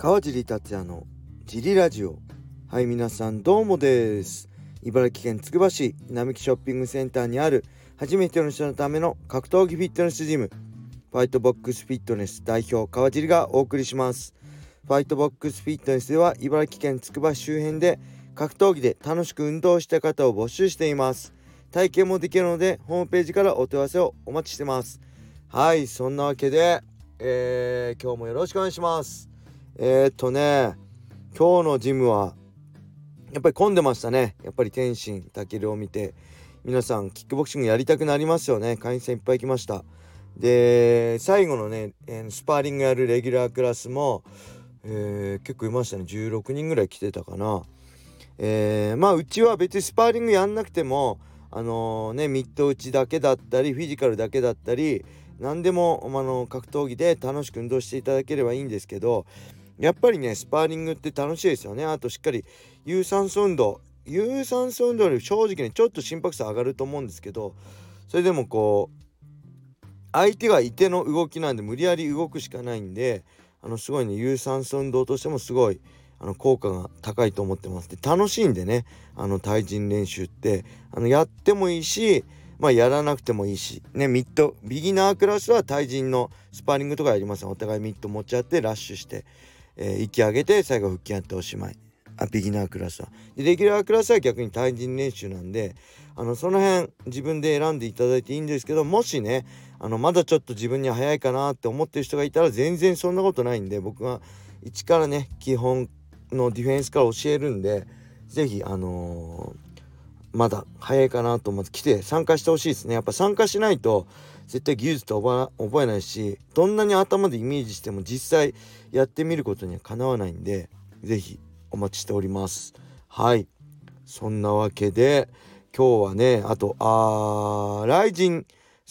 川尻達也のジリラジオ。はい、皆さんどうもです。茨城県つくば市並木ショッピングセンターにある初めての人のための格闘技フィットネスジム、ファイトボックスフィットネス代表川尻がお送りします。ファイトボックスフィットネスでは茨城県つくば市周辺で格闘技で楽しく運動した方を募集しています。体験もできるのでホームページからお問い合わせをお待ちしてます。はい、そんなわけで、今日もよろしくお願いします。今日のジムはやっぱり混んでましたね。やっぱり天心武を見て皆さんキックボクシングやりたくなりますよね。会員さんいっぱい来ました。で最後のね、スパーリングやるレギュラークラスも、結構いましたね。16人ぐらい来てたかな。うちは別にスパーリングやんなくてもミット打ちだけだったりフィジカルだけだったり何でも格闘技で楽しく運動していただければいいんですけど、やっぱりねスパーリングって楽しいですよね。あとしっかり有酸素運動より正直ねちょっと心拍数上がると思うんですけど、それでもこう相手がいての動きなんで無理やり動くしかないんで、すごいね有酸素運動としてもすごい効果が高いと思ってます。で楽しいんでね、対人練習ってやってもいいしやらなくてもいいしね。ビギナークラスは対人のスパーリングとかやります。お互いミット持ち合ってラッシュして、息上げて最後腹筋やっておしまい。ビギナークラスはでレギュラークラスは逆に対人練習なんで、その辺自分で選んでいただいていいんですけど、もしねまだちょっと自分には早いかなって思ってる人がいたら全然そんなことないんで、僕が一からね基本のディフェンスから教えるんで、ぜひまだ早いかなと思って来て参加してほしいですね。やっぱ参加しないと絶対技術って覚えないし、どんなに頭でイメージしても実際やってみることにはかなわないんで、ぜひお待ちしております。はい、そんなわけで今日はねライジン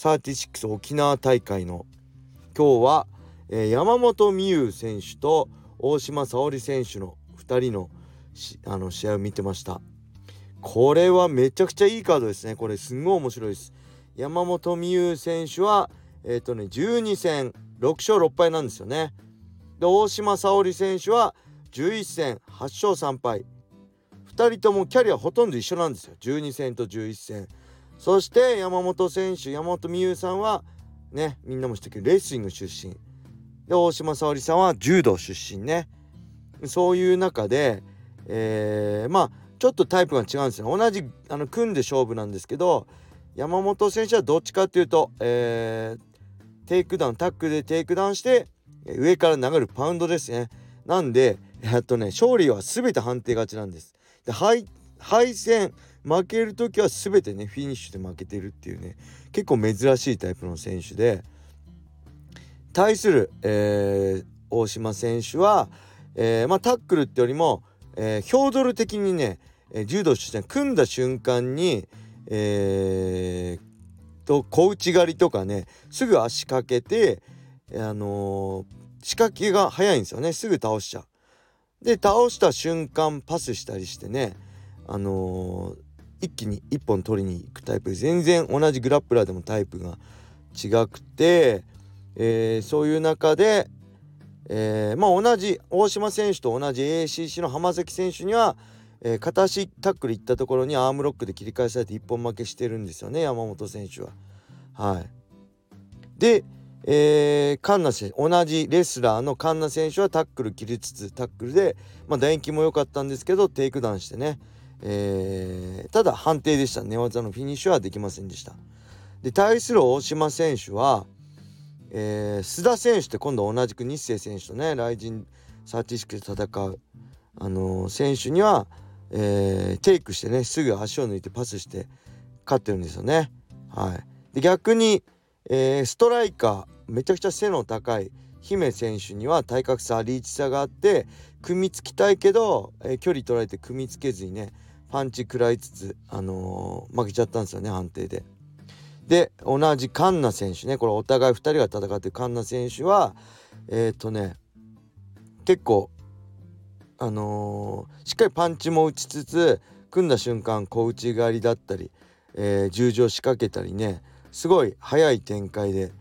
36沖縄大会の今日は、山本美優選手と大島沙織選手の2人の試合を見てました。これはめちゃくちゃいいカードですね。これすんごい面白いです。山本美優選手は12戦6勝6敗なんですよね。で大島沙織選手は11戦8勝3敗。2人ともキャリアほとんど一緒なんですよ。12戦と11戦。そして山本美優さんはね、みんなも知ってるレスリング出身で、大島沙織さんは柔道出身ね。そういう中でちょっとタイプが違うんですよ。同じ組んで勝負なんですけど、山本選手はどっちかっていうと、テイクダウンタックルでテイクダウンして上から投げるパウンドですね。なんで勝利は全て判定勝ちなんです。で敗戦負ける時は全てねフィニッシュで負けてるっていうね、結構珍しいタイプの選手で、対する、大島選手は、タックルってよりも、ヒョードル的にね柔道出身組んだ瞬間に小内刈りとかねすぐ足かけて仕掛けが早いんですよね。すぐ倒しちゃう。で倒した瞬間パスしたりしてね一気に一本取りに行くタイプで、全然同じグラップラーでもタイプが違くて、そういう中で同じ大島選手と同じ ACC の浜崎選手には、片足タックル行ったところにアームロックで切り返されて一本負けしてるんですよね、山本選手は。はい。で、カンナ選手、同じレスラーのカンナ選手はタックル切りつつタックルで打撃も良かったんですけどテイクダウンしてね、ただ判定でした。寝技のフィニッシュはできませんでした。で対する大島選手は須田選手って今度同じく日清選手とねライジン36で戦う選手には、テイクしてねすぐ足を抜いてパスして勝ってるんですよね。はい。で逆に、ストライカーめちゃくちゃ背の高い姫選手には体格差リーチ差があって組みつきたいけど、距離取られて組みつけずにねパンチ食らいつつ、負けちゃったんですよね判定で。で同じカンナ選手ね、これお互い2人が戦ってるカンナ選手は結構しっかりパンチも打ちつつ組んだ瞬間小内刈りだったり、十字を仕掛けたりねすごい速い展開で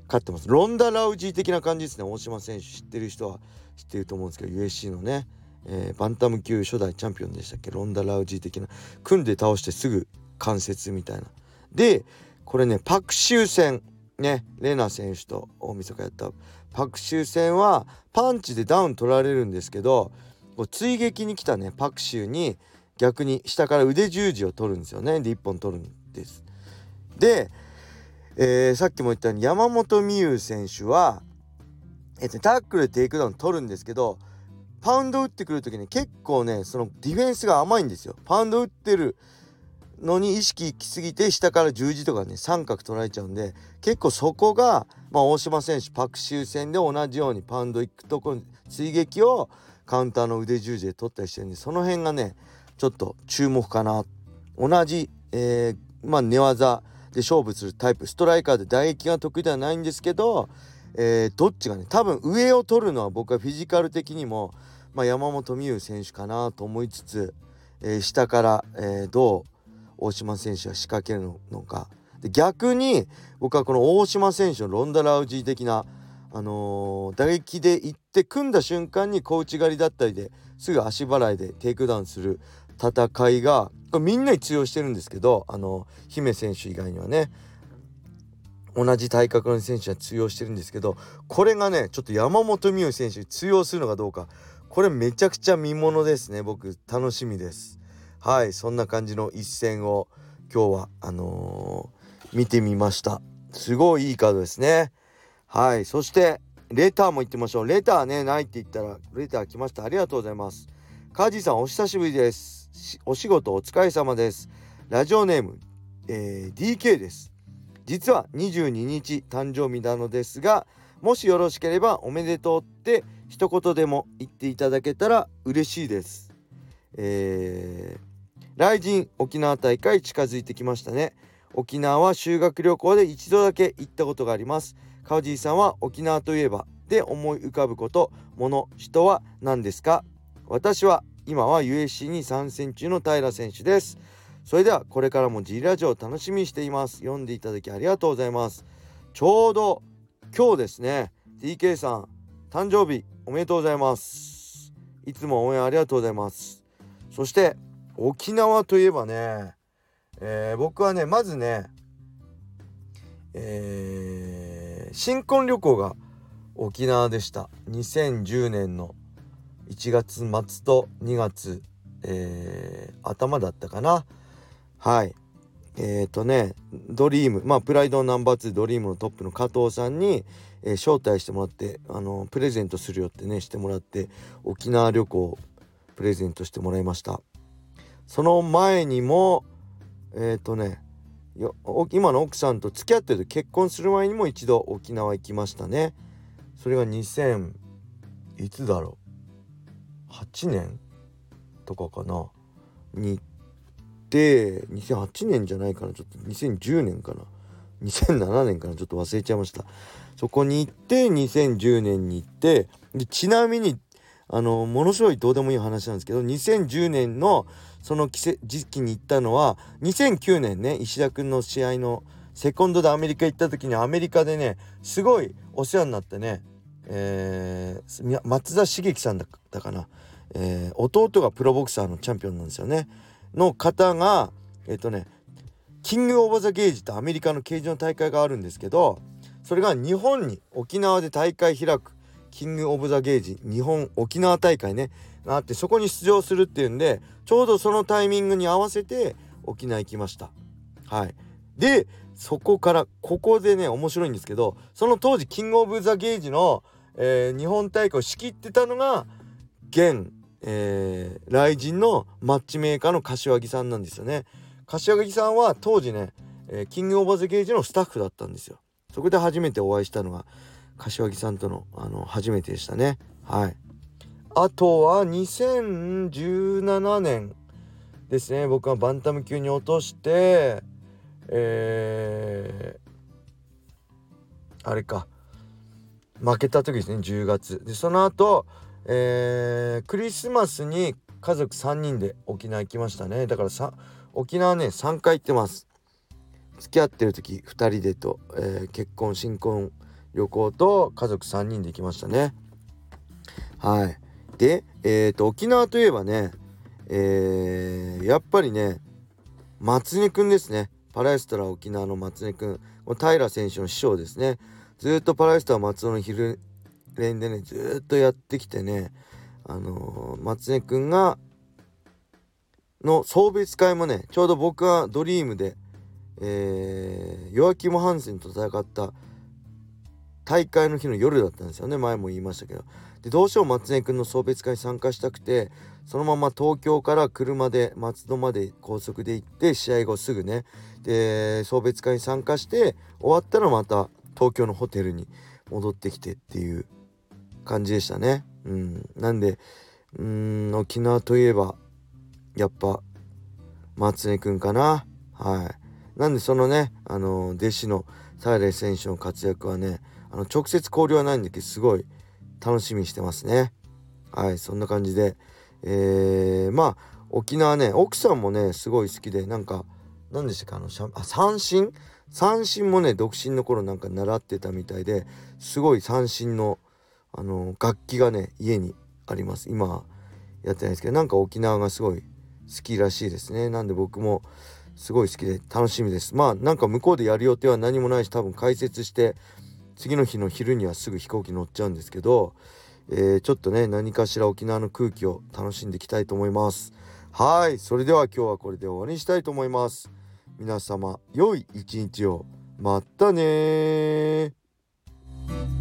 勝ってます。ロンダ・ラウジー的な感じですね。大島選手知ってる人は知ってると思うんですけど、 USC のね、バンタム級初代チャンピオンでしたっけ。ロンダ・ラウジー的な、組んで倒してすぐ関節みたいな。でこれね、パクシュー戦ね、レナ選手と大晦日やったパクシュー戦はパンチでダウン取られるんですけど、こう追撃に来たねパクシューに逆に下から腕十字を取るんですよね。で1本取るんです。で、さっきも言ったように山本美優選手は、タックルでテイクダウン取るんですけど、パウンド打ってくる時に結構ねそのディフェンスが甘いんですよ。パウンド打ってるのに意識いきすぎて下から十字とかね三角取られちゃうんで、結構そこが、大島選手パクシュー戦で同じようにパウンドいくところ追撃をカウンターの腕十字で取ったりしてるんで、その辺がねちょっと注目かな。同じ、寝技で勝負するタイプ、ストライカーで打撃が得意ではないんですけど、どっちがね多分上を取るのは僕はフィジカル的にも、山本美優選手かなと思いつつ、下から、どう大島選手は仕掛けるのか。で逆に僕はこの大島選手のロンダ・ラウジー的な、打撃で行って組んだ瞬間に小内刈りだったりですぐ足払いでテイクダウンする戦いがこれみんなに通用してるんですけど、姫選手以外にはね同じ体格の選手は通用してるんですけど、これがねちょっと山本美優選手に通用するのかどうか、これめちゃくちゃ見ものですね。僕楽しみです。はい、そんな感じの一戦を今日は見てみました。すごいいいカードですね。はい、そしてレターも言ってみましょう。レターねないって言ったらレター来ました。ありがとうございます。カージーさんお久しぶりです。お仕事お疲れ様です。ラジオネーム、DK です。実は22日誕生日なのですが、もしよろしければおめでとうって一言でも言っていただけたら嬉しいです。来神沖縄大会近づいてきましたね。沖縄は修学旅行で一度だけ行ったことがあります。川尻さんは沖縄といえばで思い浮かぶこと、物、人は何ですか？私は今は USC に参戦中の平選手です。それではこれからも G ラジオを楽しみにしています。読んでいただきありがとうございます。ちょうど今日ですね、 TK さん誕生日おめでとうございます。いつも応援ありがとうございます。そして沖縄といえばね、僕はねまずね、新婚旅行が沖縄でした。2010年の1月末と2月、頭だったかな。はい、ドリーム、プライドナンバー2ドリームのトップの加藤さんに、招待してもらって、プレゼントするよってねしてもらって、沖縄旅行プレゼントしてもらいました。その前にも今の奥さんと付き合ってる結婚する前にも一度沖縄行きましたね。それが2000いつだろう8年とかかなに行って、2008年じゃないかな、ちょっと2010年かな2007年かな、ちょっと忘れちゃいました。そこに行って2010年に行って、でちなみにものすごいどうでもいい話なんですけど、2010年のその時期に行ったのは2009年ね、石田くんの試合のセコンドでアメリカ行った時に、アメリカでねすごいお世話になってね、松田茂樹さんだったかな、弟がプロボクサーのチャンピオンなんですよねの方がキングオブザゲージとアメリカの刑事の大会があるんですけど、それが日本に沖縄で大会開くキングオブザゲージ日本沖縄大会ねがあって、そこに出場するっていうんで、ちょうどそのタイミングに合わせて沖縄行きました。はい。でそこからここでね面白いんですけど、その当時キングオブザゲージの、日本大会を仕切ってたのが現、雷神のマッチメーカーの柏木さんなんですよね。柏木さんは当時ね、キングオブザゲージのスタッフだったんですよ。そこで初めてお会いしたのが柏木さんとの初めてでしたね。はい。あとは2017年ですね、僕はバンタム級に落として、あれか負けた時ですね、10月で、その後、クリスマスに家族3人で沖縄行きましたね。だから沖縄ね3回行ってます。付き合ってる時2人でと、結婚新婚旅行と家族3人で行きましたね。はい。で、沖縄といえばね、やっぱりね、松根くんですね。パラエストラ沖縄の松根くん、平選手の師匠ですね。ずっとパラエストラ松尾の昼練でね、ずっとやってきてね、松根くんがの送別会もね、ちょうど僕がドリームで、ヨアキム・ハンセンと戦った大会の日の夜だったんですよね。前も言いましたけど。で、どうしても松根くんの送別会に参加したくて、そのまま東京から車で松戸まで高速で行って、試合後すぐね、で送別会に参加して終わったらまた東京のホテルに戻ってきてっていう感じでしたね。なんで沖縄といえばやっぱ松根くんかな。はい。なんでそのね弟子の平選手の活躍はね、直接交流はないんだけどすごい楽しみにしてますね。はい、そんな感じでまあ沖縄ね、奥さんもねすごい好きで、なんか何でしたっけ、三振もね独身の頃なんか習ってたみたいで、すごい三振の楽器がね家にあります。今はやってないですけど、なんか沖縄がすごい好きらしいですね。なんで僕もすごい好きで楽しみです。まあなんか向こうでやる予定は何もないし、多分解説して次の日の昼にはすぐ飛行機乗っちゃうんですけど、ちょっとね何かしら沖縄の空気を楽しんでいきたいと思います。はい、それでは今日はこれで終わりにしたいと思います。皆様良い一日を。またね。